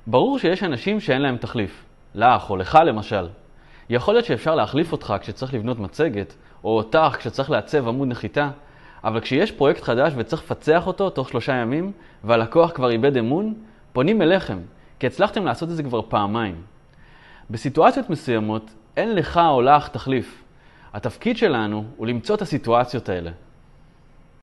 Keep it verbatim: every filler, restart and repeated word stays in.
ברור שיש אנשים שאין להם תחליף. לך או לך למשל. יכול להיות שאפשר להחליף אותך כשצריך לבנות מצגת, או אותך כשצריך לעצב עמוד נחיתה, אבל כשיש פרויקט חדש וצריך לפצח אותו תוך שלושה ימים, והלקוח כבר איבד אמון, פונים אליכם, כי הצלחתם לעשות את זה כבר פעמיים. בסיטואציות מסוימות אין לך או לך תחליף. התפקיד שלנו הוא למצוא את הסיטואציות האלה.